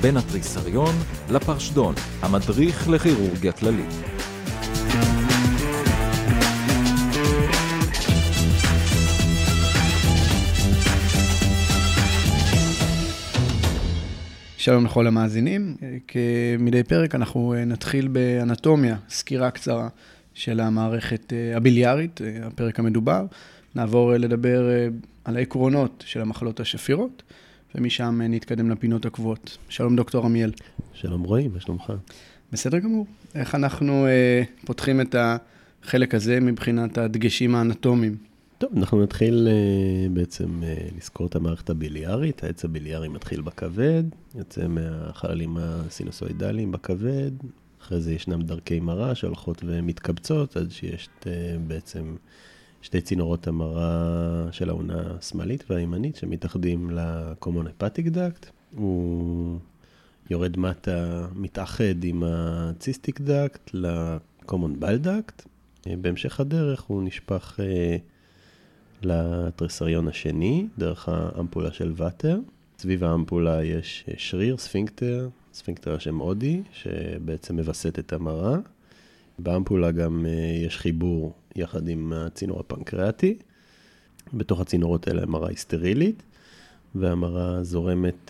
בין התריסריון לפרשדון, המדריך לכירורגיה כללית. שלום לכל המאזינים, כמדי פרק אנחנו נתחיל באנטומיה, סקירה קצרה של המערכת הביליארית, הפרק המדובר. נעבור לדבר על העקרונות של המחלות השפירות, ומשם נתקדם לפינות הקבועות. שלום דוקטור עמיאל. שלום רועי, מה שלומך? בסדר גמור. איך אנחנו פותחים את החלק הזה מבחינת הדגשים האנטומיים? טוב, אנחנו נתחיל בעצם לזכור את המערכת הביליארית. העץ הביליארי מתחיל בכבד, יוצא מהחללים הסינוסואידליים בכבד, אחרי זה ישנם דרכי מרה שהולכות ומתקבצות, עד שיש בעצם שתי צינורות המרה של העונה השמאלית והימנית שמתאחדים לקומון הפטיק דקט. הוא יורד מטה, מתאחד עם הציסטיק דקט לקומון בל דקט. בהמשך הדרך הוא נשפך לתריסריון השני, דרך האמפולה של וטר. סביב האמפולה יש שריר, ספינקטר השם אודי, שבעצם מבסט את המרה. באמפולה גם יש חיבור יחד עם הצינור הפנקריאטי. בתוך הצינורות האלה המרה היא סטרילית, והמרה זורמת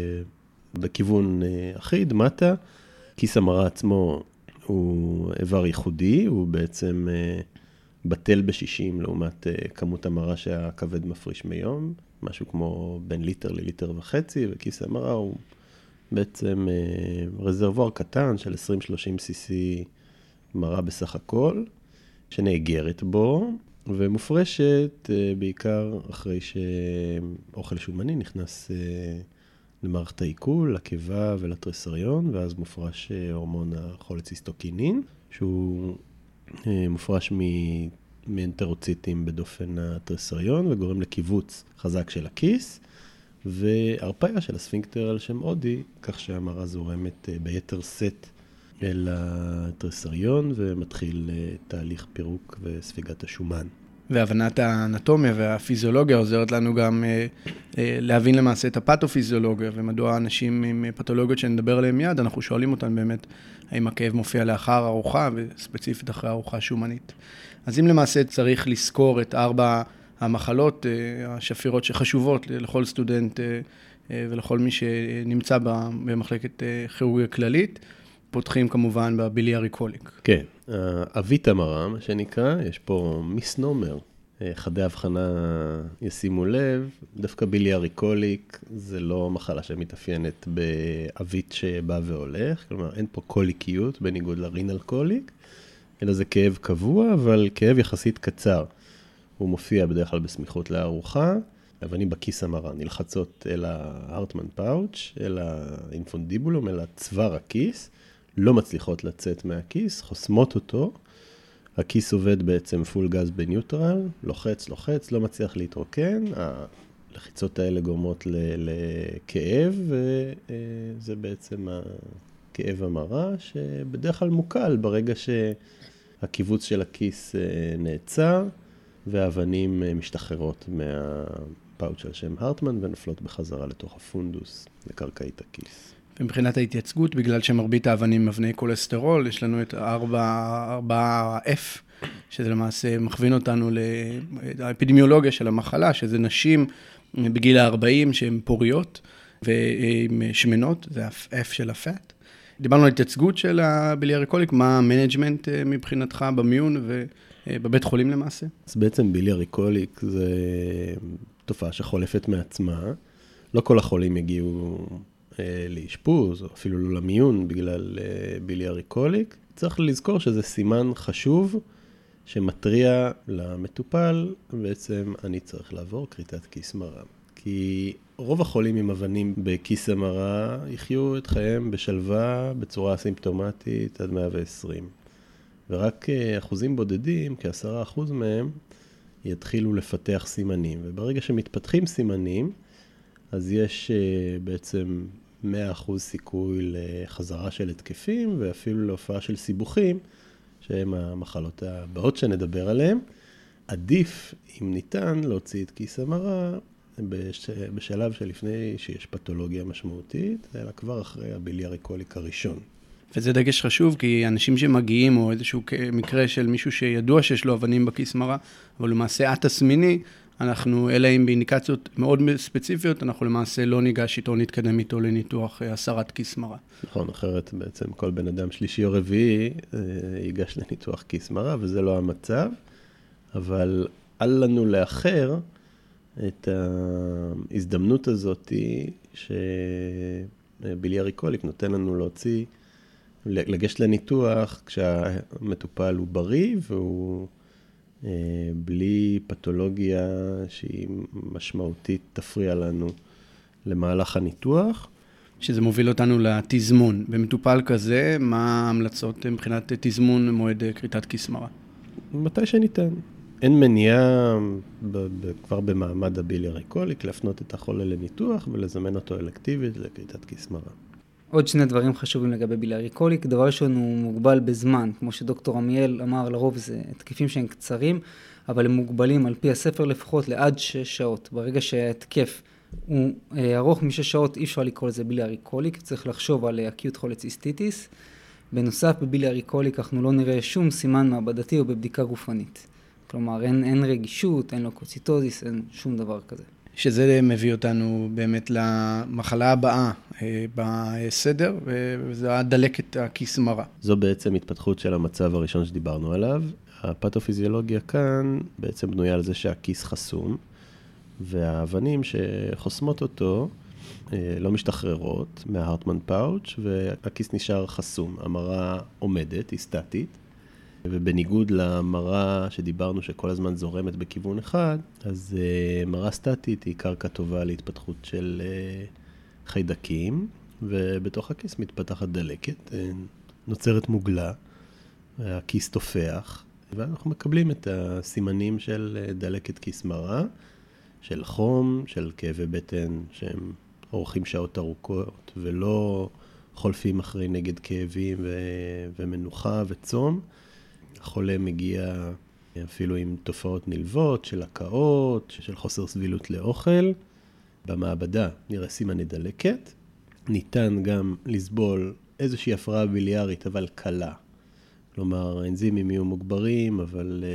בכיוון אחיד, מטה. כיס המרה עצמו הוא איבר ייחודי, הוא בעצם בטל ב-60 לעומת כמות המרה שהכבד מפריש מיום, משהו כמו בין ליטר לליטר וחצי, וכיס המרה הוא בעצם רזרבואר קטן של 20-30 cc מרה בסך הכל, שנאגרת בו, ומופרשת בעיקר אחרי שאוכל שומני נכנס למערכת העיכול, לקיבה ולתריסריון, ואז מופרש הורמון החולציסטוקינין, שהוא מופרש מאנטרוציטים בדופן התריסריון, וגורם לקיבוץ חזק של הכיס, והרפאיה של הספינקטר על שם אודי, כך שהמרה זורמת ביתר סט אל התריסריון, ומתחיל תהליך פירוק וספיגת השומן. והבנת האנטומיה והפיזיולוגיה עוזרת לנו גם להבין למעשה את הפתופיזיולוגיה, ומדוע אנשים עם פתולוגיות שנדבר עליהם מיד, אנחנו שואלים אותם באמת, האם הכאב מופיע לאחר ארוחה, וספציפית אחרי ארוחה שומנית. אז אם למעשה צריך לזכור את 4 המחלות השפירות שחשובות לכל סטודנט ולכל מי שנמצא במחלקת כירורגיה כללית, פותחים כמובן בביליארי קוליק. כן, אבית המרה, מה שנקרא, יש פה מיסנומר. חדי הבחנה ישימו לב, דווקא ביליארי קוליק זה לא מחלה שמתאפיינת באבית שבא והולך, כלומר אין פה קוליקיות בניגוד לרינל קוליק, אלא זה כאב קבוע, אבל כאב יחסית קצר. הוא מופיע בדרך כלל בסמיכות לארוחה, אבנים בכיס המרה נלחצות אל ההרטמן פאוץ', אל האינפונדיבולום, אל הצוואר הכיס, לא מצליחות לצאת מהכיס, חוסמות אותו, הכיס עובד בעצם פול גז בניוטרל, לוחץ, לא מצליח להתרוקן, הלחיצות האלה גורמות לכאב, וזה בעצם הכאב המרה, שבדרך כלל מוקל ברגע שהקיבוץ של הכיס נעצר, והאבנים משתחררות מהפאוץ' על שם הרטמן, ונפלות בחזרה לתוך הפונדוס, לקרקעית הכיס. ומבחינת ההתייצגות, בגלל שמרבית האבנים מבני קולסטרול, יש לנו את 4F, שזה למעשה מכווין אותנו לאפידמיולוגיה של המחלה, שזה נשים בגיל ה-40 שהן פוריות ועם שמנות, זה ה-F של הפט. דיברנו על התייצגות של הביליארי קוליק, מה המנג'מנט מבחינתך במיון ובבית חולים למעשה? אז בעצם ביליארי קוליק זה תופעה שחולפת מעצמה. לא כל החולים יגיעו לאשפוז, או אפילו לא למיון בגלל ביליארי קוליק. צריך לזכור שזה סימן חשוב שמטריע למטופל, בעצם אני צריך לעבור כריתת כיס מרה. כי רוב החולים עם אבנים בכיס המרה יחיו את חייהם בשלווה בצורה אסימפטומטית עד 120. ורק אחוזים בודדים, כ10% מהם, יתחילו לפתח סימנים. וברגע שמתפתחים סימנים, אז יש בעצם 100% סיכוי לחזרה של התקפים, ואפילו להופעה של סיבוכים, שהם המחלות הבאות שנדבר עליהם. עדיף, אם ניתן, להוציא את כיס המרה בשלב שלפני שיש פתולוגיה משמעותית, אלא כבר אחרי הביליארי קוליק הראשון. וזה דגש חשוב, כי אנשים שמגיעים, או איזשהו מקרה של מישהו שידוע שיש לו אבנים בכיס מרה, אבל למעשה התסמיני, אנחנו, אלא אם באינדיקציות מאוד ספציפיות, אנחנו למעשה לא ניגש איתו, נתקדם איתו לניתוח הסרת כיס מרה. נכון, אחרת בעצם כל בן אדם שלישי או רביעי ייגש לניתוח כיס מרה, וזה לא המצב, אבל אל לנו לאחר את ההזדמנות הזאת שביליארי קוליק נותן לנו להוציא, לגשת לניתוח כשהמטופל הוא בריא והוא בלי פתולוגיה שהיא משמעותית תפריע לנו למהלך הניתוח. שזה מוביל אותנו לתזמון. במטופל כזה, מה ההמלצות מבחינת תזמון מועד כריתת כיס מרה? מתי שניתן. אין מניעה כבר במעמד הביליארי קוליק להפנות את החולה לניתוח ולזמן אותו אלקטיבית לכריתת כיס מרה. עוד שני דברים חשובים לגבי ביליארי קוליק. דבר ראשון הוא מוגבל בזמן, כמו שדוקטור עמיאל אמר, לרוב זה התקפים שהם קצרים, אבל הם מוגבלים על פי הספר לפחות לעד 6 שעות. ברגע שההתקף הוא ארוך מ6 שעות, אי אפשר לקרוא לזה ביליארי קוליק, צריך לחשוב על אקיוט חולציסטיטיס. בנוסף, בביליארי קוליק אנחנו לא נראה שום סימן מעבדתי או בבדיקה גופנית. כלומר, אין רגישות, אין לוקוציטוזיס, אין שום דבר כזה. שזה מביא אותנו באמת למחלה הבאה בסדר, וזה הדלקת הכיס מרה. זו בעצם התפתחות של המצב הראשון שדיברנו עליו. הפתופיזיולוגיה כאן בעצם בנויה על זה שהכיס חסום, והאבנים שחוסמות אותו לא משתחררות מההרטמן פאוץ', והכיס נשאר חסום. המרה עומדת, היא סטטית, ובניגוד למרה שדיברנו שכל הזמן זורמת בכיוון אחד, אז מרה סטטית היא קרקע טובה להתפתחות של חיידקים, ובתוך הכיס מתפתחת דלקת, נוצרת מוגלה, הכיס תופח, ואנחנו מקבלים את הסימנים של דלקת כיס מרה, של חום, של כאבי בטן שהם אורחים שעות ארוכות, ולא חולפים אחרי נגד כאבים ומנוחה וצום. החולה מגיע אפילו עם תופעות נלוות של הקאות, של חוסר סבילות לאוכל. במעבדה נראה סימני דלקת. ניתן גם לסבול איזושהי הפרעה ביליארית, אבל קלה. כלומר, האנזימים יהיו מוגברים, אבל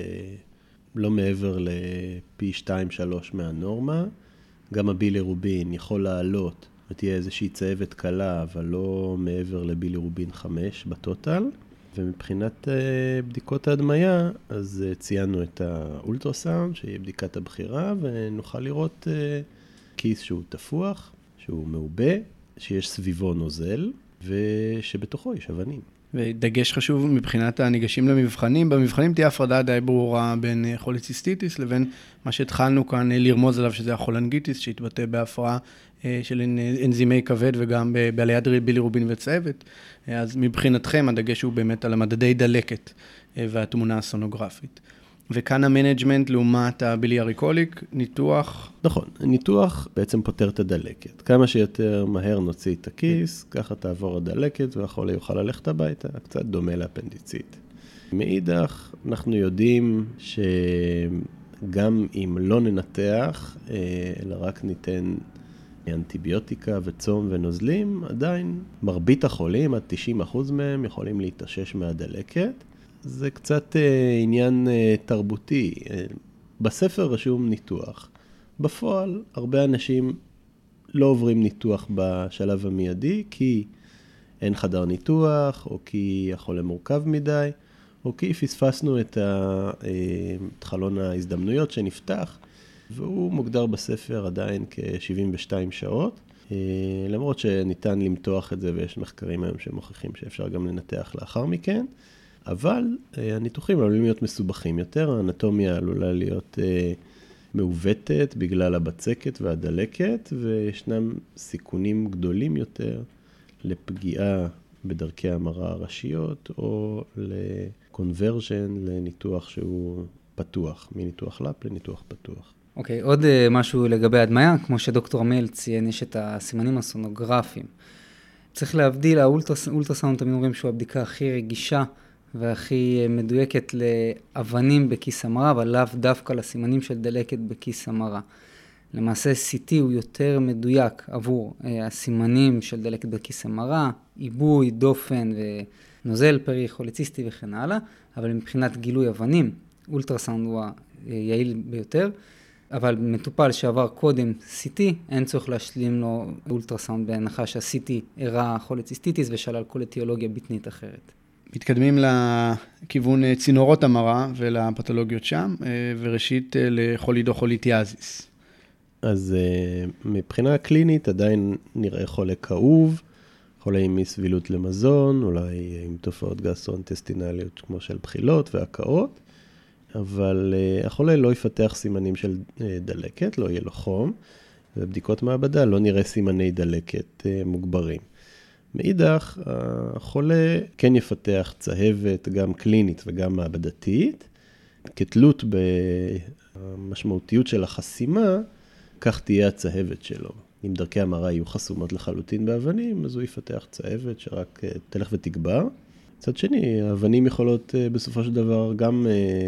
לא מעבר לפי 2-3 מהנורמה. גם הבילירובין יכול לעלות, ותהיה איזושהי צהבת קלה, אבל לא מעבר לבילירובין 5 בטוטל. ומבחינת בדיקות ההדמיה, אז ציינו את האולטרסאונד, שהיא בדיקת הבחירה, ונוכל לראות כיס שהוא תפוח, שהוא מעובה, שיש סביבו נוזל, ושבתוכו יש אבנים. ודגש חשוב מבחינת הניגשים למבחנים. במבחנים תהיה הפרדה די ברורה בין חולציסטיטיס לבין מה שהתחלנו כאן לרמוז עליו, שזה החולנגיטיס, שהתבטא בהפרעה של אנזימי כבד וגם בעליית בילירובין וצהבת. אז מבחינתכם הדגש הוא באמת על המדדי דלקת והתמונה הסונוגרפית. וכאן המנג'מנט לעומת הביליארי קוליק, ניתוח. נכון, ניתוח בעצם פותר את הדלקת. כמה שיותר מהר נוציא את הכיס, ככה תעבור הדלקת והחולה יוכל ללכת הביתה, קצת דומה לאפנדיצית. מאידך, אנחנו יודעים שגם אם לא ננתח, אלא רק ניתן אנטיביוטיקה וצום ונוזלים, עדיין מרבית החולים, עד 90% מהם, יכולים להתאושש מהדלקת. זה קצת עניין תרבותי. בספר רשום ניתוח. בפועל, הרבה אנשים לא עוברים ניתוח בשלב המיידי, כי אין חדר ניתוח, או כי החולה מורכב מדי, או כי פספסנו את חלון ההזדמנויות שנפתח, והוא מוגדר בספר עדיין כ-72 שעות, למרות שניתן למתוח את זה, ויש מחקרים היום שמוכיחים שאפשר גם לנתח לאחר מכן, אבל הניתוחים עלולים להיות מסובכים יותר, האנטומיה עלולה להיות מעוותת בגלל הבצקת והדלקת, וישנם סיכונים גדולים יותר לפגיעה בדרכי המרה הראשיות, או לקונברז'ן לניתוח שהוא פתוח, מניתוח לפ לניתוח פתוח. אוקיי, עוד משהו לגבי הדמיה, כמו שדוקטור עמיאל ציין, יש את הסימנים הסונוגרפיים. צריך להבדיל, האולטרסאונד תמיד אומרים שהוא הבדיקה הכי רגישה והכי מדויקת לאבנים בכיס המרה, אבל לאו דווקא לסימנים של דלקת בכיס המרה. למעשה CT הוא יותר מדויק עבור הסימנים של דלקת בכיס המרה, עיבוי, דופן ונוזל פריחוליציסטי וכן הלאה, אבל מבחינת גילוי אבנים, אולטרסאונד הוא היעיל ביותר, אבל מטופל שעבר קודם CT, אין צורך להשלים לו אולטרסאונד בהנחה שה-CT הראה חוליציסטיטיס ושלל כל אטיולוגיה בטנית אחרת. מתקדמים לכיוון צינורות המרה ולפתולוגיות שם, וראשית לחולידוכוליטיאזיס. אז מבחינה קלינית עדיין נראה חולה כאוב, חולה עם אי-סבילות למזון, אולי עם תופעות גסטרואינטסטינליות כמו של בחילות והקאות, אבל החולה לא יפתח סימנים של דלקת, לא יהיה לו חום, ובדיקות מעבדה לא נראה סימני דלקת מוגברים. מאידך, החולה כן יפתח צהבת גם קלינית וגם מעבדתית, כתלות במשמעותיות של החסימה, כך תהיה הצהבת שלו. אם דרכי המרה יהיו חסומות לחלוטין באבנים, אז הוא יפתח צהבת שרק תלך ותגבר. מצד שני, האבנים יכולות בסופו של דבר גם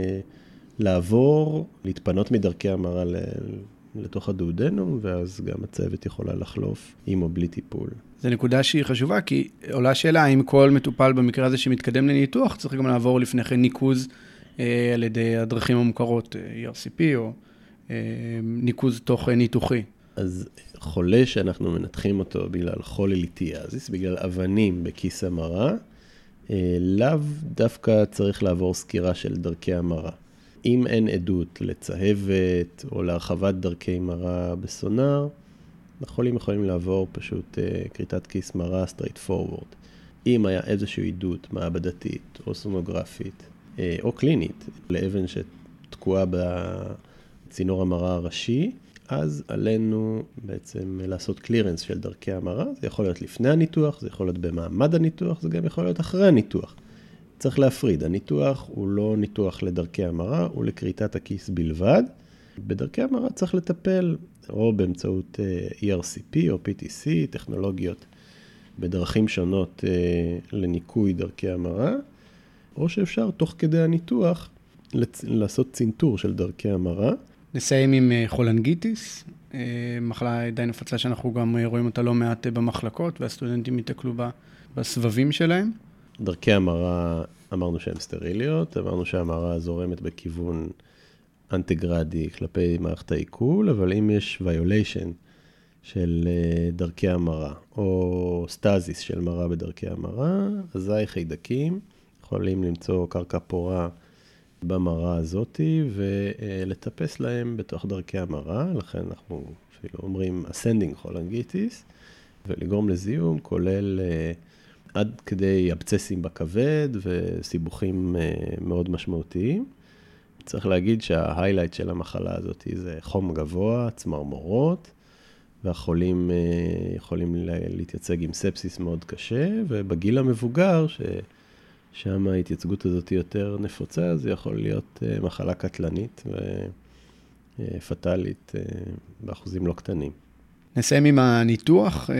לעבור, להתפנות מדרכי המרה לתוך הדודנו, ואז גם הצהבת יכולה לחלוף עם או בלי טיפול. זו נקודה שהיא חשובה, כי עולה שאלה האם כל מטופל במקרה הזה שמתקדם לניתוח, צריך גם לעבור לפני כן ניקוז על ידי הדרכים המוכרות, ERCP או ניקוז תוך ניתוחי. אז חולה שאנחנו מנתחים אותו בגלל חוליליטיאזיס, בגלל אבנים בכיס המרה, לאו דווקא צריך לעבור סקירה של דרכי המרה. אם אין עדות לצהבת או להרחבת דרכי מרה בסונר, החולים יכולים לעבור פשוט קריטת כיס מרה straight forward. אם היה איזושהי עדות מעבדתית או סונוגרפית או קלינית לאבן שתקועה בצינור המרה הראשי, אז עלינו בעצם לעשות קלירנס של דרכי המרה. זה יכול להיות לפני הניתוח, זה יכול להיות במעמד הניתוח, זה גם יכול להיות אחרי הניתוח. צריך להפריד, הניתוח הוא לא ניתוח לדרכי המרה, הוא לקריטת הכיס בלבד. בדרכי המרה צריך לטפל או באמצעות ERCP או PTC, טכנולוגיות בדרכים שונות לניקוי דרכי המרה, או שאפשר תוך כדי הניתוח לעשות צינטור של דרכי המרה. נסיים עם חולנגיטיס, מחלה די נפוצה שאנחנו גם רואים אותה לא מעט במחלקות, והסטודנטים יתקלו בסבבים שלהם. דרכי המרה, אמרנו שהן סטריליות, אמרנו שהמרה זורמת בכיוון אנטגרדי כלפי מערכת העיכול, אבל אם יש violation של דרכי המרה, או סטזיס של מרה בדרכי המרה, אזי חיידקים יכולים למצוא קרקע פורה במרה הזאת, ולטפס להם בתוך דרכי המרה, לכן אנחנו אפילו אומרים ascending cholangitis, ולגרום לזיהום, כולל עד כדי אבצסים בכבד וסיבוכים מאוד משמעותיים. צריך להגיד שההיילייט של המחלה הזאת זה חום גבוה, צמרמורות, והחולים יכולים להתייצג עם ספסיס מאוד קשה, ובגיל המבוגר, ששם ההתייצגות הזאת יותר נפוצה, זה יכול להיות מחלה קטלנית ופטלית באחוזים לא קטנים. נסיים עם הניתוח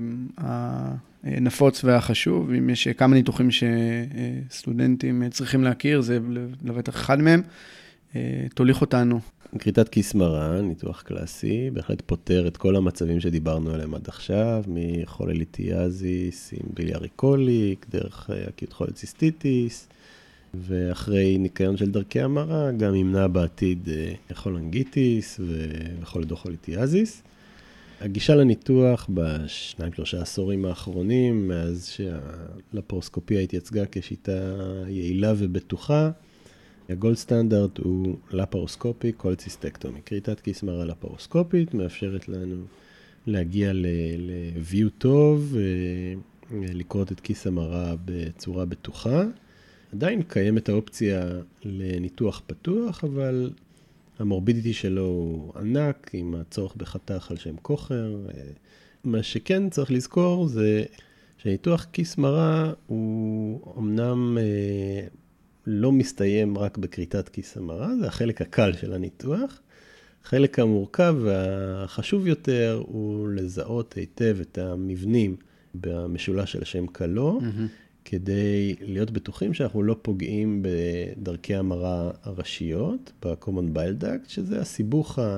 הנפוץ והחשוב, אם יש כמה ניתוחים שסטודנטים צריכים להכיר, זה לבטח אחד מהם, תוליך אותנו. קריטת כיס מרה, ניתוח קלאסי, בהחלט פותר את כל המצבים שדיברנו עליהם עד עכשיו, מחוליליטיאזיס עם ביליארי קוליק, דרך אקיוט חוליציסטיטיס, ואחרי ניקיון של דרכי המרה, גם ימנע בעתיד חולנגיטיס וחולידוכוליטיאזיס. הגישה לניתוח ב2-3 עשורים האחרונים, מאז שהלפרוסקופיה התייצגה כשיטה יעילה ובטוחה, הגולד סטנדרט הוא לפרוסקופי קולציסטקטומי. קריטת כיס מרה לפרוסקופית מאפשרת לנו להגיע ל-view טוב, לקרות את כיס המרה בצורה בטוחה. עדיין קיימת האופציה לניתוח פתוח, אבל המורבידיטי שלו הוא ענק, עם הצורך בחתך על שם כוחר. מה שכן צריך לזכור זה שניתוח כיס מרה הוא אמנם לא מסתיים רק בקריטת כיס המרה, זה החלק הקל של הניתוח. החלק המורכב והחשוב יותר הוא לזהות היטב את המבנים במשולש של השם קלו, כדי להיות בטוחים שאנחנו לא פוגעים בדרכי המרה הראשיות, ב-common bile duct, שזה הסיבוך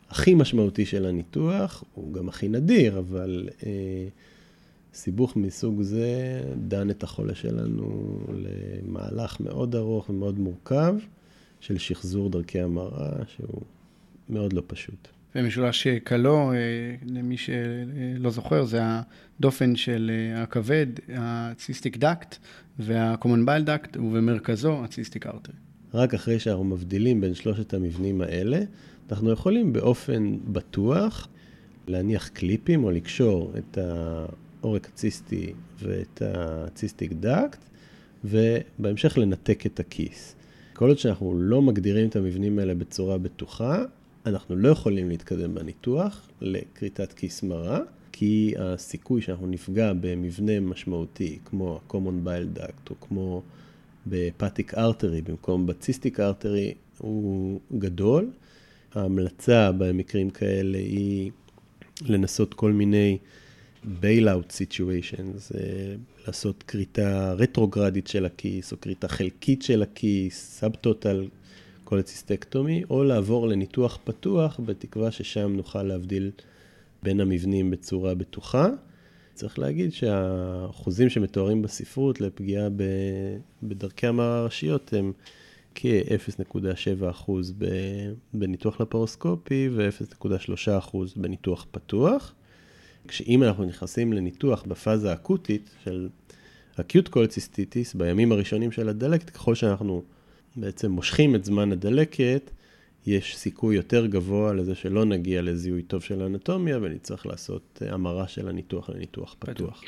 הכי משמעותי של הניתוח, הוא גם הכי נדיר, אבל סיבוך מסוג זה דן את החולה שלנו למהלך מאוד ארוך ומאוד מורכב של שחזור דרכי המראה, שהוא מאוד לא פשוט. ומשולש קלו, למי שלא זוכר, זה הדופן של הכבד, הציסטיק דקט והקומן בייל דקט, ובמרכזו הציסטיק ארטרי. רק אחרי שאנחנו מבדילים בין שלושת המבנים האלה, אנחנו יכולים באופן בטוח להניח קליפים או לקשור את העורק הציסטי ואת הציסטיק דקט, ובהמשך לנתק את הכיס. כל עוד שאנחנו לא מגדירים את המבנים האלה בצורה בטוחה, אנחנו לא יכולים להתקדם בניתוח לקריטת כיס מרה, כי הסיכוי שאנחנו נפגע במבנה משמעותי, כמו ה-common bile duct, או כמו בפטיק ארטרי, במקום בציסטיק ארטרי, הוא גדול. ההמלצה במקרים כאלה היא לנסות כל מיני bailout situations, לעשות קריטה רטרוגרדית של הכיס, או קריטה חלקית של הכיס, סאבטוטל קולציסטקטומי, או לעבור לניתוח פתוח, בתקווה ששם נוכל להבדיל בין המבנים בצורה בטוחה. צריך להגיד שהאחוזים שמתוארים בספרות לפגיעה בדרכי המראה הראשיות הם כ-0.7% בניתוח לפרוסקופי ו-0.3% בניתוח פתוח. כשאם אנחנו נכנסים לניתוח בפאזה האקוטית של acute cholecystitis, בימים הראשונים של הדלקת, ככל שאנחנו בעצם מושכים את זמן הדלקת, יש סיכוי יותר גבוה לזה שלא נגיע לזיהוי טוב של האנטומיה, ונצטרך לעשות המרה של הניתוח לניתוח פתוח.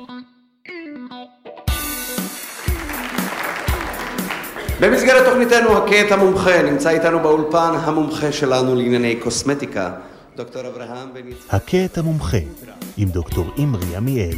במסגרת תוכניתנו הקט המומחה, נמצא איתנו באולפן המומחה שלנו לענייני קוסמטיקה, דוקטור אברהם בן יצחק. הקט המומחה, עם דוקטור אמרי עמיאל.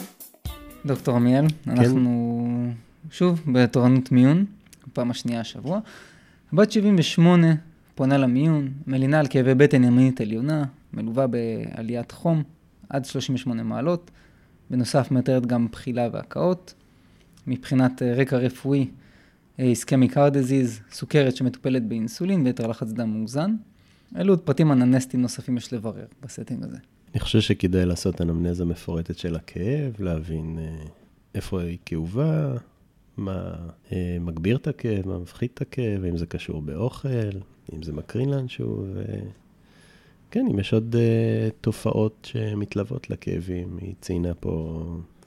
דוקטור עמיאל, אנחנו שוב בתורנות מיון, פעם השנייה השבוע. בת 78 פונה למיון, מלינה על כאבי בטן ימינית עליונה, מלווה בעליית חום עד 38 מעלות, בנוסף מתארת גם בחילה והקאות. מבחינת רקע רפואי, איסקמיק heart disease, סוכרת שמטופלת באינסולין ויתר לחץ דם מאוזן. אלו עוד פרטים אנמנסטיים נוספים יש לברר בסטינג הזה. אני חושב שכדאי לעשות אנמנזה מפורטת של הכאב, להבין איפה היא כאובה, מה מגביר את הכאב, מה מפחית את הכאב, אם זה קשור באוכל, אם זה מקרין לאנשהו, וכן, אם יש עוד תופעות שמתלוות לכאבים, היא ציינה פה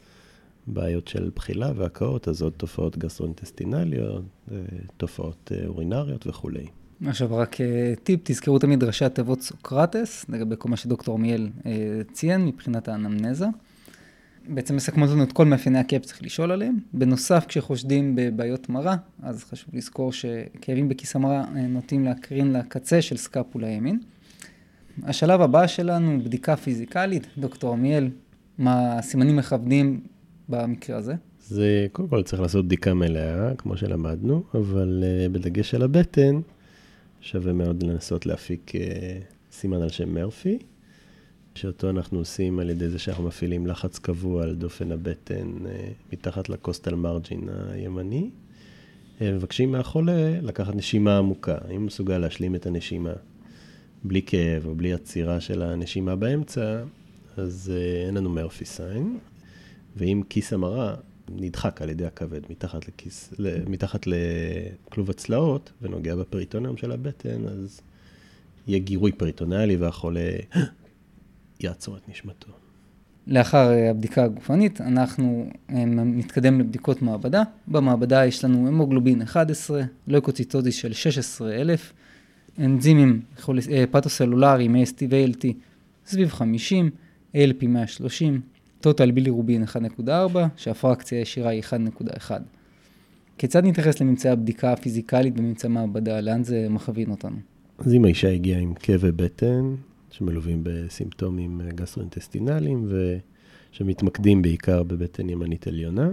בעיות של בחילה והקאות, אז עוד תופעות גסטרואינטסטינליות, תופעות אורינריות וכו'. עכשיו רק טיפ, תזכרו תמיד ראשי התיבות סוקרטס, לגבי כל מה שדוקטור עמיאל ציין מבחינת האנמנזה. בעצם מסכמות לנו את כל מאפייני הכאב, צריך לשאול עליהם. בנוסף, כשחושדים בבעיות מרה, אז חשוב לזכור שכאבים בכיס המרה נוטים להקרין לקצה של סקפולה ימין. השלב הבא שלנו, בדיקה פיזיקלית. דוקטור עמיאל, מה הסימנים מכוונים במקרה הזה? זה קודם כל צריך לעשות בדיקה מלאה, כמו שלמדנו, אבל בדגש על הבטן, שווה מאוד לנסות להפיק סימן על שם מרפי, שאותו אנחנו עושים על ידי זה שאנחנו מפעילים לחץ קבוע על דופן הבטן מתחת לקוסטל מרג'ין הימני. מבקשים מהחולה לקחת נשימה עמוקה. אם הוא מסוגל להשלים את הנשימה בלי כאב או בלי עצירה של הנשימה באמצע, אז אין לנו מרפי סיין. ואם כיס המרה נדחק על ידי הכבד מתחת לכלוב הצלעות ונוגע בפריטוניום של הבטן, אז יהיה גירוי פריטונלי והחולה יעצור את נשמתו. לאחר הבדיקה הגופנית, אנחנו נתקדם לבדיקות מעבדה. במעבדה יש לנו המוגלובין 11, לויקוציטוזיס של 16,000, אנזימים פתוסלולריים, AST ו-ALT סביב 50, ALP 130, טוטל בילירובין 1.4, שהפרקציה הישירה היא 1.1. כיצד נתייחס לממצאי הבדיקה הפיזיקלית בממצא מעבדה? לאן זה מכווין אותנו? אז אם האישה הגיעה עם כאבי בטן, שמלווים בסימפטומים גסטרואינטסטינליים, ושמתמקדים בעיקר בבטן ימנית עליונה,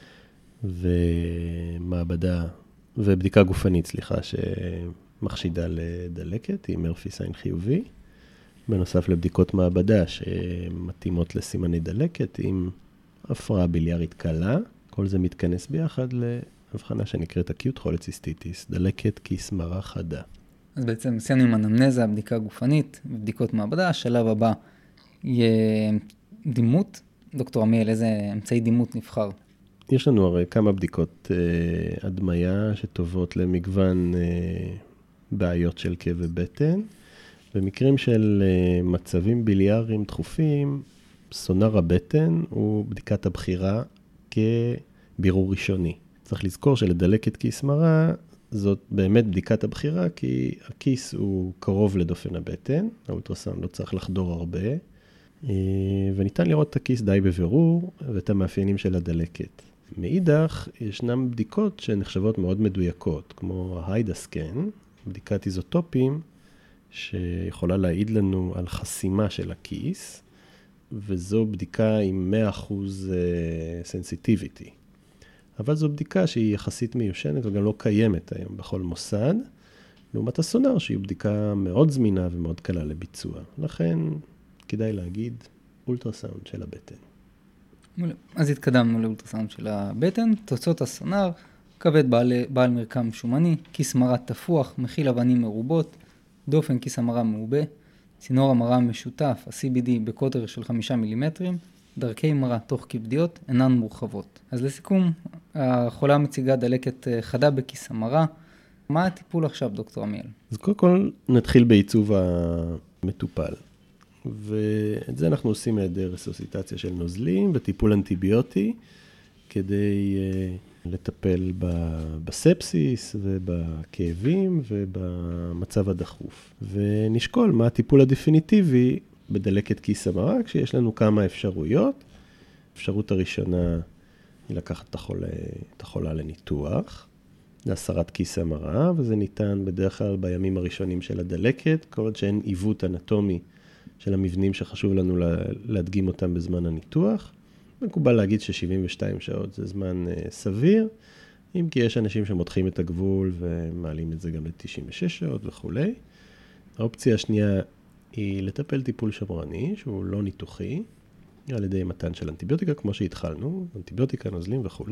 ומעבדה, ובדיקה גופנית, שמחשידה לדלקת, עם מרפי סיין חיובי, בנוסף לבדיקות מעבדה שמתאימות לסימני דלקת, עם הפרעה ביליארית קלה, כל זה מתכנס ביחד להבחנה שנקראת acute cholecystitis, דלקת כיס מרה חדה. אז בעצם עשינו עם אנמנזה, בדיקה גופנית, בדיקות מעבדה. השלב הבא יהיה דימות. דוקטור עמיאל, איזה אמצעי דימות נבחר? יש לנו הרי כמה בדיקות הדמיה שטובות למגוון בעיות של כאבי בטן. במקרים של מצבים ביליאריים דחופים, סונר הבטן הוא בדיקת הבחירה כבירור ראשוני. צריך לזכור שלדלקת כיס מרה זאת באמת בדיקת הבחירה, כי הכיס הוא קרוב לדופן הבטן, האולטרסאונד לא צריך לחדור הרבה, וניתן לראות את הכיס די בבירור ואת המאפיינים של הדלקת. מאידך, ישנן בדיקות שנחשבות מאוד מדויקות, כמו ההיידה סקן, בדיקת איזוטופים, שיכולה להעיד לנו על חסימה של הכיס, וזו בדיקה עם 100% סנסיטיביטי. אבל זו בדיקה שהיא יחסית מיושנת וגם לא קיימת היום בכל מוסד, לעומת הסונר שהיא בדיקה מאוד זמינה ומאוד קלה לביצוע. לכן כדאי להגיד אולטרסאונד של הבטן. אז התקדמנו לאולטרסאונד של הבטן, תוצאות הסונר, כבד בעל מרקם שומני, כיס מרה תפוח, מכיל אבנים מרובות, דופן כיס המרה מעובה, צינור המרה משותף, ה-CBD בקוטר של 5 מילימטרים, דרכי מרה תוך כבדיות אינן מורחבות. אז לסיכום, החולה מציגה דלקת חדה בכיס המרה. מה הטיפול עכשיו, דוקטור עמיאל? אז קודם כל נתחיל בעיצוב המטופל. ואת זה אנחנו עושים על ידי רסוסיטציה של נוזלים וטיפול אנטיביוטי, כדי לטפל בספסיס ובכאבים ובמצב הדחוף. ונשקול מה הטיפול הדפיניטיבי בדלקת כיס המרה, כשיש לנו כמה אפשרויות. האפשרות הראשונה היא לקחת את החולה לניתוח, להסרת כיס המרה, וזה ניתן בדרך כלל בימים הראשונים של הדלקת, כל עוד שאין עיוות אנטומי של המבנים שחשוב לנו להדגים אותם בזמן הניתוח. מקובל להגיד ש72 שעות זה זמן סביר, אם כי יש אנשים שמותחים את הגבול ומעלים את זה גם ל96 שעות וכו'. האופציה השנייה היא לטפל טיפול שמרני, שהוא לא ניתוחי, על ידי מתן של אנטיביוטיקה, כמו שהתחלנו, אנטיביוטיקה, נוזלים וכו',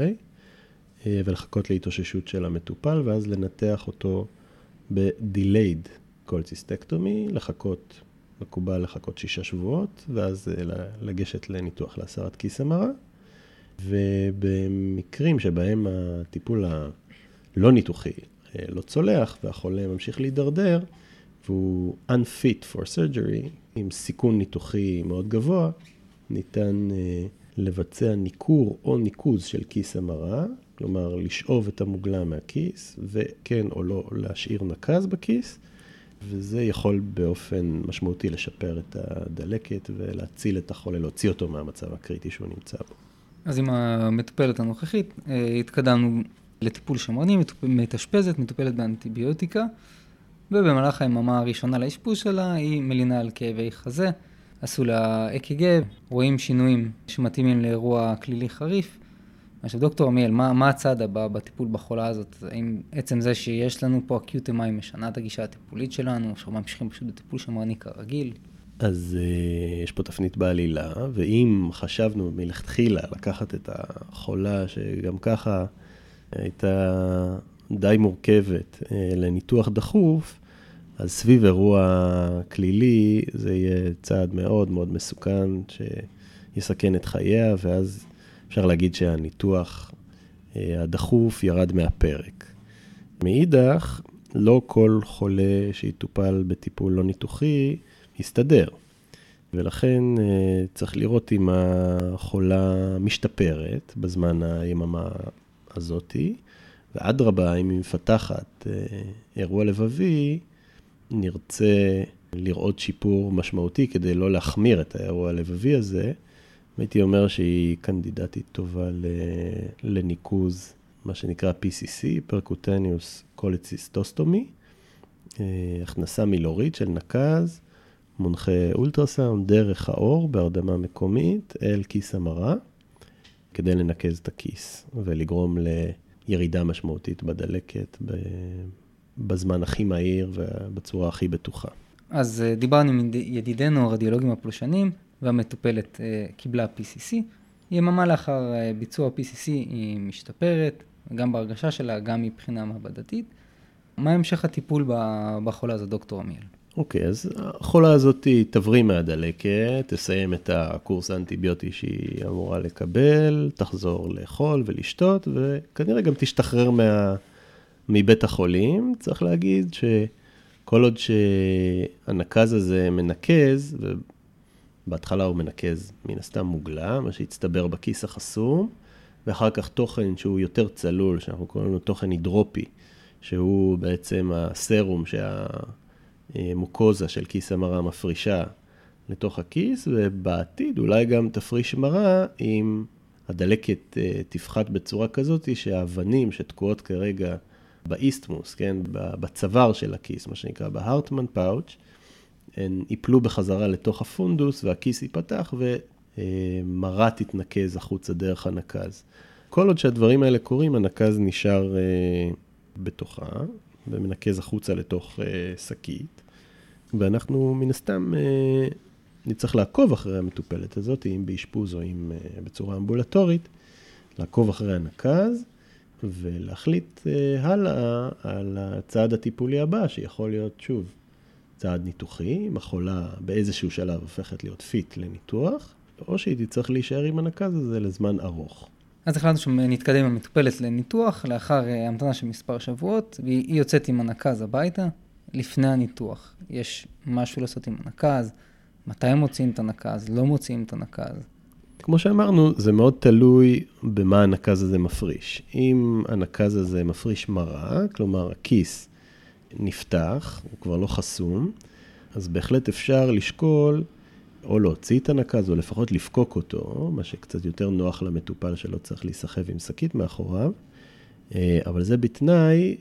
ולחכות להתאוששות של המטופל, ואז לנתח אותו ב-delayed קולציסטקטומי, מקובל לחכות 6 שבועות, ואז לגשת לניתוח להסרת כיס המרה. ובמקרים שבהם הטיפול הלא ניתוחי לא צולח, והחולה ממשיך להידרדר, והוא unfit for surgery, עם סיכון ניתוחי מאוד גבוה, ניתן לבצע ניקור או ניקוז של כיס המרה, כלומר לשאוב את המוגלה מהכיס, וכן או לא להשאיר נקז בכיס, וזה יכול באופן משמעותי לשפר את הדלקת ולהציל את החולה, להוציא אותו מהמצב הקריטי שהוא נמצא בו. אז עם המטופלת הנוכחית, התקדמנו לטיפול שמרני, מתאשפזת, מטופלת באנטיביוטיקה, ובמהלך היממה הראשונה לאשפוז שלה היא מלינה על כאבי חזה, עשו לה אק"ג, רואים שינויים שמתאימים לאירוע כלילי חריף. עכשיו דוקטור עמיאל, מה הצעד הבא בטיפול בחולה הזאת? האם עצם זה שיש לנו פה אקיוט MI משנה את הגישה הטיפולית שלנו, שאנחנו ממשיכים פשוט בטיפול שמרני כרגיל? אז יש פה תפנית בעלילה, ואם חשבנו מלכתחילה לקחת את החולה שגם ככה הייתה די מורכבת לניתוח דחוף, אז סביב אירוע כלילי זה יהיה צעד מאוד מאוד מסוכן שיסכן את חייה, ואז אפשר להגיד שהניתוח הדחוף ירד מהפרק. מאידך, לא כל חולה שיטופל בטיפול לא ניתוחי יסתדר, ולכן צריך לראות אם החולה משתפרת בזמן היממה הזאתי, ואדרבה, אם היא מפתחת אירוע לבבי, נרצה לראות שיפור משמעותי כדי לא להחמיר את האירוע הלבבי הזה. הייתי אומר שהיא קנדידטית טובה לניקוז, מה שנקרא PCC, Percutaneous Cholecystectomy, הכנסה מילורית של נקז, מונחה אולטרסאונד דרך האור בהרדמה מקומית אל כיס המרה, כדי לנקז את הכיס ולגרום לירידה משמעותית בדלקת בזמן הכי מהיר ובצורה הכי בטוחה. אז דיברנו עם ידידינו הרדיולוגים הפולשנים, והמטופלת קיבלה PCC. יממה לאחר ביצוע PCC היא משתפרת, גם בהרגשה שלה, גם מבחינה מעבדתית. מה המשך הטיפול בחולה הזאת, דוקטור עמיאל? אוקיי, אז החולה הזאת תבריא מהדלקת, תסיים את הקורס האנטיביוטי שהיא אמורה לקבל, תחזור לאכול ולשתות, וכנראה גם תשתחרר מבית החולים. צריך להגיד שכל עוד שהנקז הזה מנקז, ובהתחלה הוא מנקז מן הסתם מוגלה, מה שהצטבר בכיס החסום, ואחר כך תוכן שהוא יותר צלול, שאנחנו קוראים לו תוכן הידרופי, שהוא בעצם הסרום מוקוזה של כיס המרה מפרישה לתוך הכיס, ובעתיד אולי גם תפריש מרה אם הדלקת תפחת בצורה כזאת שהאבנים שתקועות כרגע באיסטמוס, כן, בצוואר של הכיס, מה שנקרא בהרטמן פאוץ', הן ייפלו בחזרה לתוך הפונדוס והכיס ייפתח ומרה תתנקז החוצה דרך הנקז. כל עוד שהדברים האלה קורים, הנקז נשאר בתוכה, ומנקז החוצה לתוך שקית, ואנחנו מן הסתם נצטרך לעקוב אחרי המטופלת הזאת, אם באשפוז או אם בצורה אמבולטורית, לעקוב אחרי הנקז, ולהחליט הלאה על הצעד הטיפולי הבא, שיכול להיות שוב צעד ניתוחי, אם החולה באיזשהו שלב הופכת להיות פיט לניתוח, או שהיא תצטרך להישאר עם הנקז הזה לזמן ארוך. אז החלטנו שנתקדם עם המטופלת לניתוח, לאחר המתנה של מספר שבועות, והיא יוצאת עם הנקז הביתה, לפני הניתוח. יש משהו לעשות עם הנקז, מתי מוציאים את הנקז, לא מוציאים את הנקז. כמו שאמרנו, זה מאוד תלוי במה הנקז הזה מפריש. אם הנקז הזה מפריש מרה, כלומר הכיס נפתח, הוא כבר לא חסום, אז בהחלט אפשר לשקול או להוציא את הנקז, או לפחות לפקוק אותו, מה שקצת יותר נוח למטופל שלא צריך להיסחב עם שקית מאחוריו, אבל זה בתנאי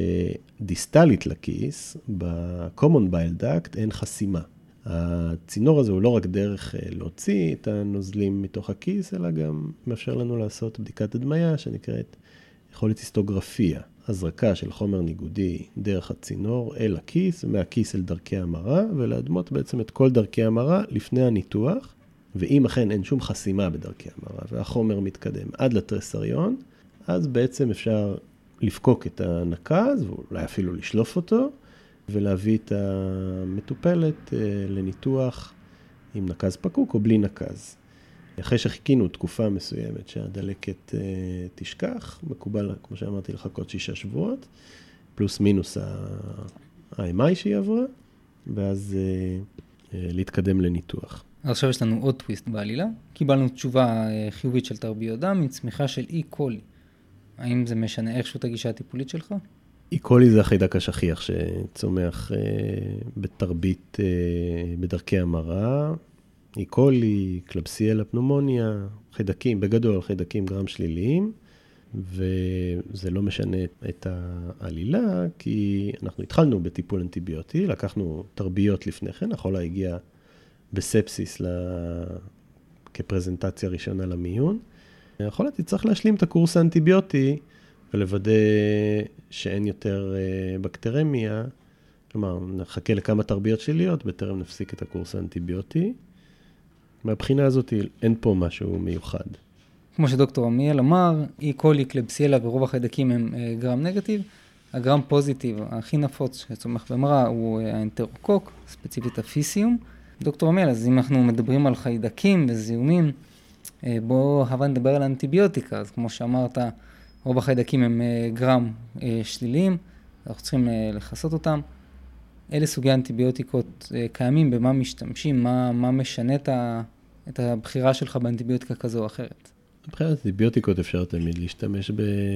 שדיסטלית לכיס, ב-common bile duct אין חסימה. הצינור הזה הוא לא רק דרך להוציא את הנוזלים מתוך הכיס, אלא גם מאפשר לנו לעשות בדיקת הדמיה שנקראת יכולת היסטוגרפיה, הזרקה של חומר ניגודי דרך הצינור אל הכיס, מהכיס אל דרכי המרה, ולהדמות בעצם את כל דרכי המרה לפני הניתוח, ואם אכן אין שום חסימה בדרכי המרה, והחומר מתקדם עד לטרסריון, אז בעצם אפשר לפקוק את הנקז, ואולי אפילו לשלוף אותו, ולהביא את המטופלת לניתוח עם נקז פקוק או בלי נקז. אחרי שחיכינו תקופה מסוימת שהדלקת תשכח, מקובל, כמו שאמרתי, לחכות 6 שבועות, פלוס מינוס ה-MI שהיא עברה, ואז להתקדם לניתוח. עכשיו יש לנו עוד טוויסט בעלילה. קיבלנו תשובה חיובית של תרביות דם עם צמיחה של אי-קולי. האם זה משנה איכשהו את הגישה הטיפולית שלך? אי-קולי זה החיידק השכיח שצומח בתרבית בדרכי המרה. אי-קולי, קלבסיאלה פנומוניה, חיידקים, בגדול חיידקים גרם שליליים, וזה לא משנה את העלילה, כי אנחנו התחלנו בטיפול אנטיביוטי, לקחנו תרביות לפני כן, החולה הגיע בספסיס כפרזנטציה ראשונה למיון. החולה תצטרך להשלים את הקורס האנטיביוטי, ולוודא שאין יותר בקטרמיה, כלומר, נחכה לכמה תרביות שליליות, בטרם נפסיק את הקורס האנטיביוטי. מהבחינה הזאת אין פה משהו מיוחד. כמו שדוקטור עמיאל אמר, אי-קולי, קלבסיאלה ורוב החיידקים הם גרם נגטיב. הגרם פוזיטיב, הכי נפוץ שצומח במרה, הוא האנטרוקוק, ספציפית הפיסיום. דוקטור עמיאל, אז אם אנחנו מדברים על חיידקים וזיהומים, בואו נדבר על האנטיביוטיקה. אז כמו שאמרת, רוב החיידקים הם גרם שליליים, אנחנו צריכים לחסות אותם. אלה סוגי אנטיביוטיקות קיימים, במה משתמשים, מה משנה את הבחירה שלך באנטיביוטיקה כזו או אחרת? מבחינת אנטיביוטיקות אפשר תמיד להשתמש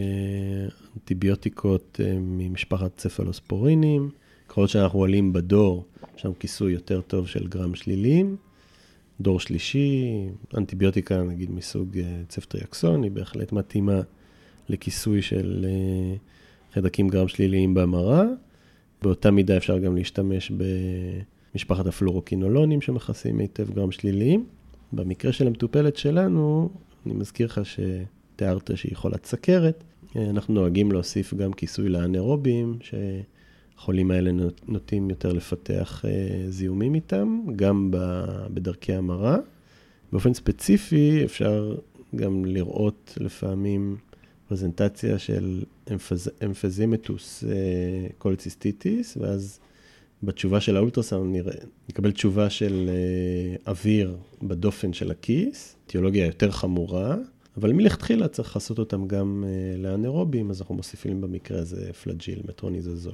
באנטיביוטיקות ממשפחת צפלוספורינים, ככל שאנחנו עולים בדור, יש שם כיסוי יותר טוב של גרם שליליים, דור שלישי, אנטיביוטיקה נגיד מסוג צפטריאקסון, היא בהחלט מתאימה לכיסוי של חיידקים גרם שליליים במרה, באותה מידה אפשר גם להשתמש במשפחת הפלורוקינולונים שמכסים היטב גרם שליליים. במקרה של המטופלת שלנו, אני מזכיר לך שתיארת שהיא חולת סכרת, אנחנו נוהגים להוסיף גם כיסוי לאנאירובים, שהחולים האלה נוטים יותר לפתח זיהומים איתם, גם בדרכי המרה. באופן ספציפי אפשר גם לראות לפעמים פרזנטציה של אמפזימטוס קולציסטיטיס, ואז בתשובה של האולטרסאונד נקבל תשובה של אוויר בדופן של הכיס, תיאולוגיה יותר חמורה, אבל מלכתחילה צריך לעשות אותם גם לאנאירובים, אז אנחנו מוסיפים במקרה הזה פלג'יל, מטרוניזזול.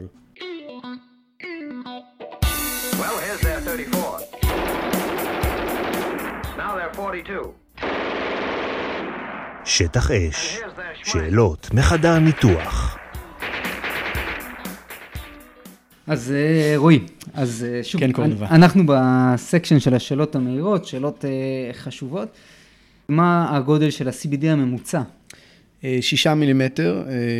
Well, here's their 34. Now they're 42. שטח אש, שאלות מחדר הניתוח. אז רועי, אז שוב, כן, קורדובה. אנחנו בסקשן של השאלות המהירות, שאלות חשובות. מה הגודל של ה-CBD הממוצע? 6 מילימטר,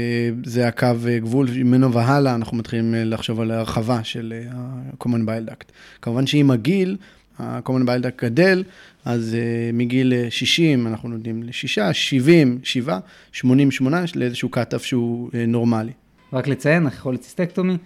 זה הקו גבול, ממנו והלאה אנחנו מתחילים לחשוב על הרחבה של ה-Common Bile Duct. כמובן שעם הגיל, ה-Common Bile Duct גדל, אז מגיל 60 אנחנו נותנים ל6, 70, 7, 88, לאיזשהו כתף שהוא נורמלי. רק לציין, אחרי הוליציסטקטומי,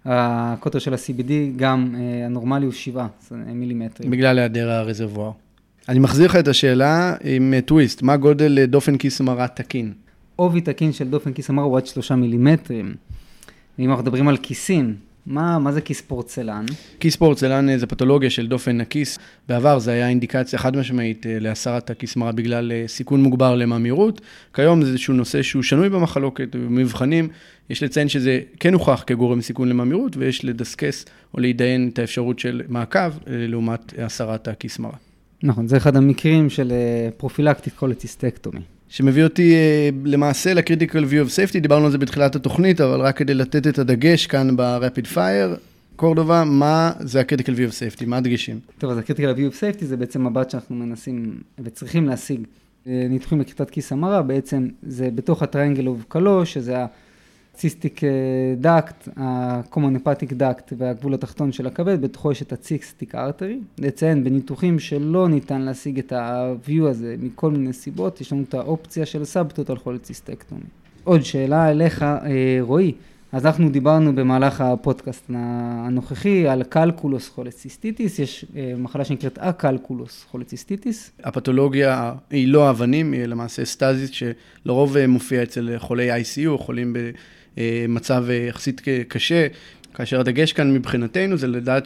הקוטר של ה-CBD גם הנורמלי הוא 7 מילימטרים. בגלל היעדר הרזרבואר. אני מחזיר לך את השאלה עם טוויסט, מה גודל דופן כיס המרה תקין? עובי תקין של דופן כיס המרה הוא עד 3 מילימטרים. ואם אנחנו מדברים על כיסים, מה זה כיס פורצלן? כיס פורצלן זה פתולוגיה של דופן הכיס. בעבר זה היה אינדיקציה חד משמעית להסרת הכיס מרה בגלל סיכון מוגבר למאמירות. כיום זה איזשהו נושא שהוא שנוי במחלוקת ובמבחנים. יש לציין שזה כן הוכח כגורם סיכון למאמירות, ויש לדסקס או להידיין את האפשרות של מעקב לעומת הסרת הכיס מרה. נכון, זה אחד המקרים של פרופילקטית קולציסטקטומי. שמביא אותי למעשה ל-Critical View of Safety, דיברנו על זה בתחילת התוכנית, אבל רק כדי לתת את הדגש כאן ב-Rapid Fire, קורדובה, מה זה ה-Critical View of Safety? מה הדגשים? טוב, אז ה-Critical View of Safety זה בעצם מבט שאנחנו מנסים וצריכים להשיג. ניתוחים לכריתת כיס המרה, בעצם זה בתוך הטריינגל אוף קלו, שזה הציסטיק דאקט, ה-Common Hepatic Duct והגבול התחתון של הכבד, בתוכו יש את הציסטיק ארטרי. לציין, בניתוחים שלא ניתן להשיג את ה-view הזה מכל מיני סיבות, יש לנו את האופציה של סאבטוטל קולציסטקטומי. עוד שאלה אליך, רועי. אז אנחנו דיברנו במהלך הפודקאסט הנוכחי על קלקולוס קולציסטיטיס, יש מחלה שנקראת הקלקולוס קולציסטיטיס. הפתולוגיה היא לא אבנים, היא למעשה סטזיס שלרוב מופיע אצל חולי ICU, חולים במצב יחסית קשה, כאשר הדגש כאן מבחינתנו זה לדעת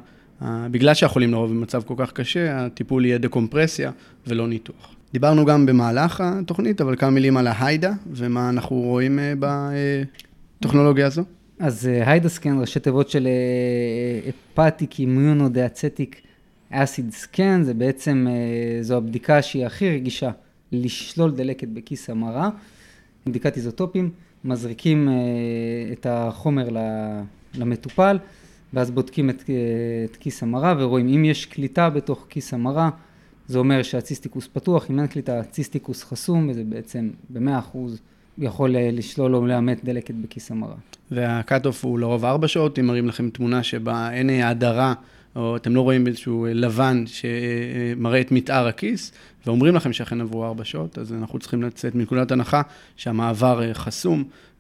בגלל שהחולים לרוב במצב כל כך קשה, הטיפול יהיה דקומפרסיה ולא ניתוח. דיברנו גם במהלך התוכנית, אבל כמה מילים על ההיידה ומה אנחנו רואים טכנולוגיה הזו? אז היידסקן, ראשי תיבות של הפטיק אימיונודיאצטיק אסיד סקן, זה בעצם, זו הבדיקה שהיא הכי רגישה לשלול דלקת בכיס המרה, בדיקת איזוטופים, מזריקים את החומר למטופל, ואז בודקים את כיס המרה ורואים אם יש קליטה בתוך כיס המרה, זה אומר שהציסטיקוס פתוח, אם אין קליטה, הציסטיקוס חסום, וזה בעצם ב100% יכול לשלול או לאמת דלקת בכיס המרה. והקאט-אוף הוא לרוב 4 שעות, אם מראים לכם תמונה שבה אין העדרה, או אתם לא רואים איזשהו לבן שמראה את מתאר הכיס, ואומרים לכם שאכן עברו 4 שעות, אז אנחנו צריכים לצאת מנקודת הנחה שהמעבר חסום,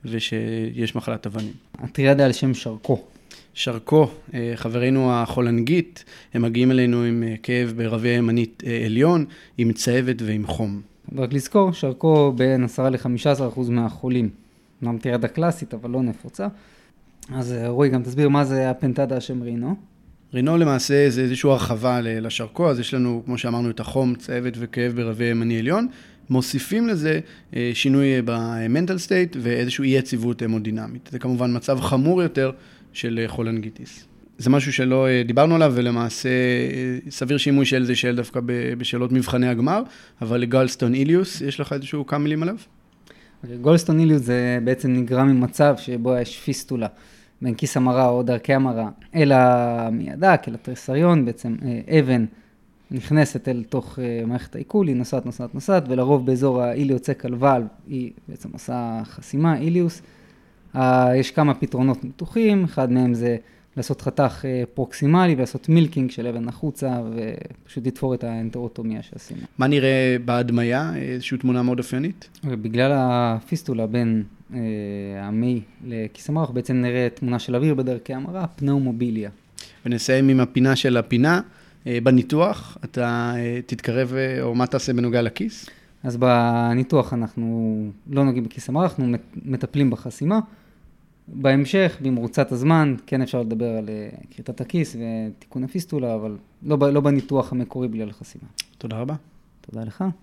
ושיש מחלת אבנים. הטריאדה על שם שרקו. שרקו, חברינו החולנגית, הם מגיעים אלינו עם כאב ברביע ימנית עליון, עם צהבת ועם חום. רק לזכור, שרקו בין 10-15% מהחולים. אמנם טריאדה קלאסית, אבל לא נפוצה. אז רועי, גם תסביר מה זה הפנטדה השם רינו. רינו למעשה זה איזושהי הרחבה לשרקו, אז יש לנו, כמו שאמרנו, את החום, צהבת וכאב ברביע ימני עליון. מוסיפים לזה שינוי במנטל סטייט ואיזושהי אי יציבות המודינמית. זה כמובן מצב חמור יותר של חולנגיטיס. זה משהו שלא דיברנו עליו, ולמעשה סביר שימוי של זה שאל דווקא בשאלות מבחני הגמר, אבל לגולדסטון איליוס, יש לך איזשהו כמה מילים עליו? גולדסטון איליוס זה בעצם נגרם ממצב שבו יש פיסטולה בין כיס המרה או דרכי המרה אל המיידק, אל הטרסריון, בעצם אבן נכנסת אל תוך מערכת העיכול, היא נוסעת, ולרוב באזור האיליוצקל ואלב היא בעצם עושה חסימה, איליוס. יש כמה פתרונות ניתוחים, אחד מהם זה לעשות חתך פרוקסימלי ולעשות מילקינג של אבן החוצה ופשוט לתפור את האנטרוטומיה שעשינו. מה נראה בהדמיה? איזושהי תמונה מאוד אופיינית? בגלל הפיסטולה בין המי לכיס המרה, בעצם נראה תמונה של אוויר בדרכי המרה, פנאומוביליה. ונסיים עם הפינה של הפינה. בניתוח, אתה תתקרב, או מה תעשה בנוגע לכיס? אז בניתוח אנחנו לא נוגעים בכיס המרה, אנחנו מטפלים בחסימה. בהמשך, במרוצת הזמן, כן אפשר לדבר על כריתת הכיס ותיקון הפיסטולה, אבל לא בניתוח המקורי בלי החסימה. תודה רבה. תודה לך.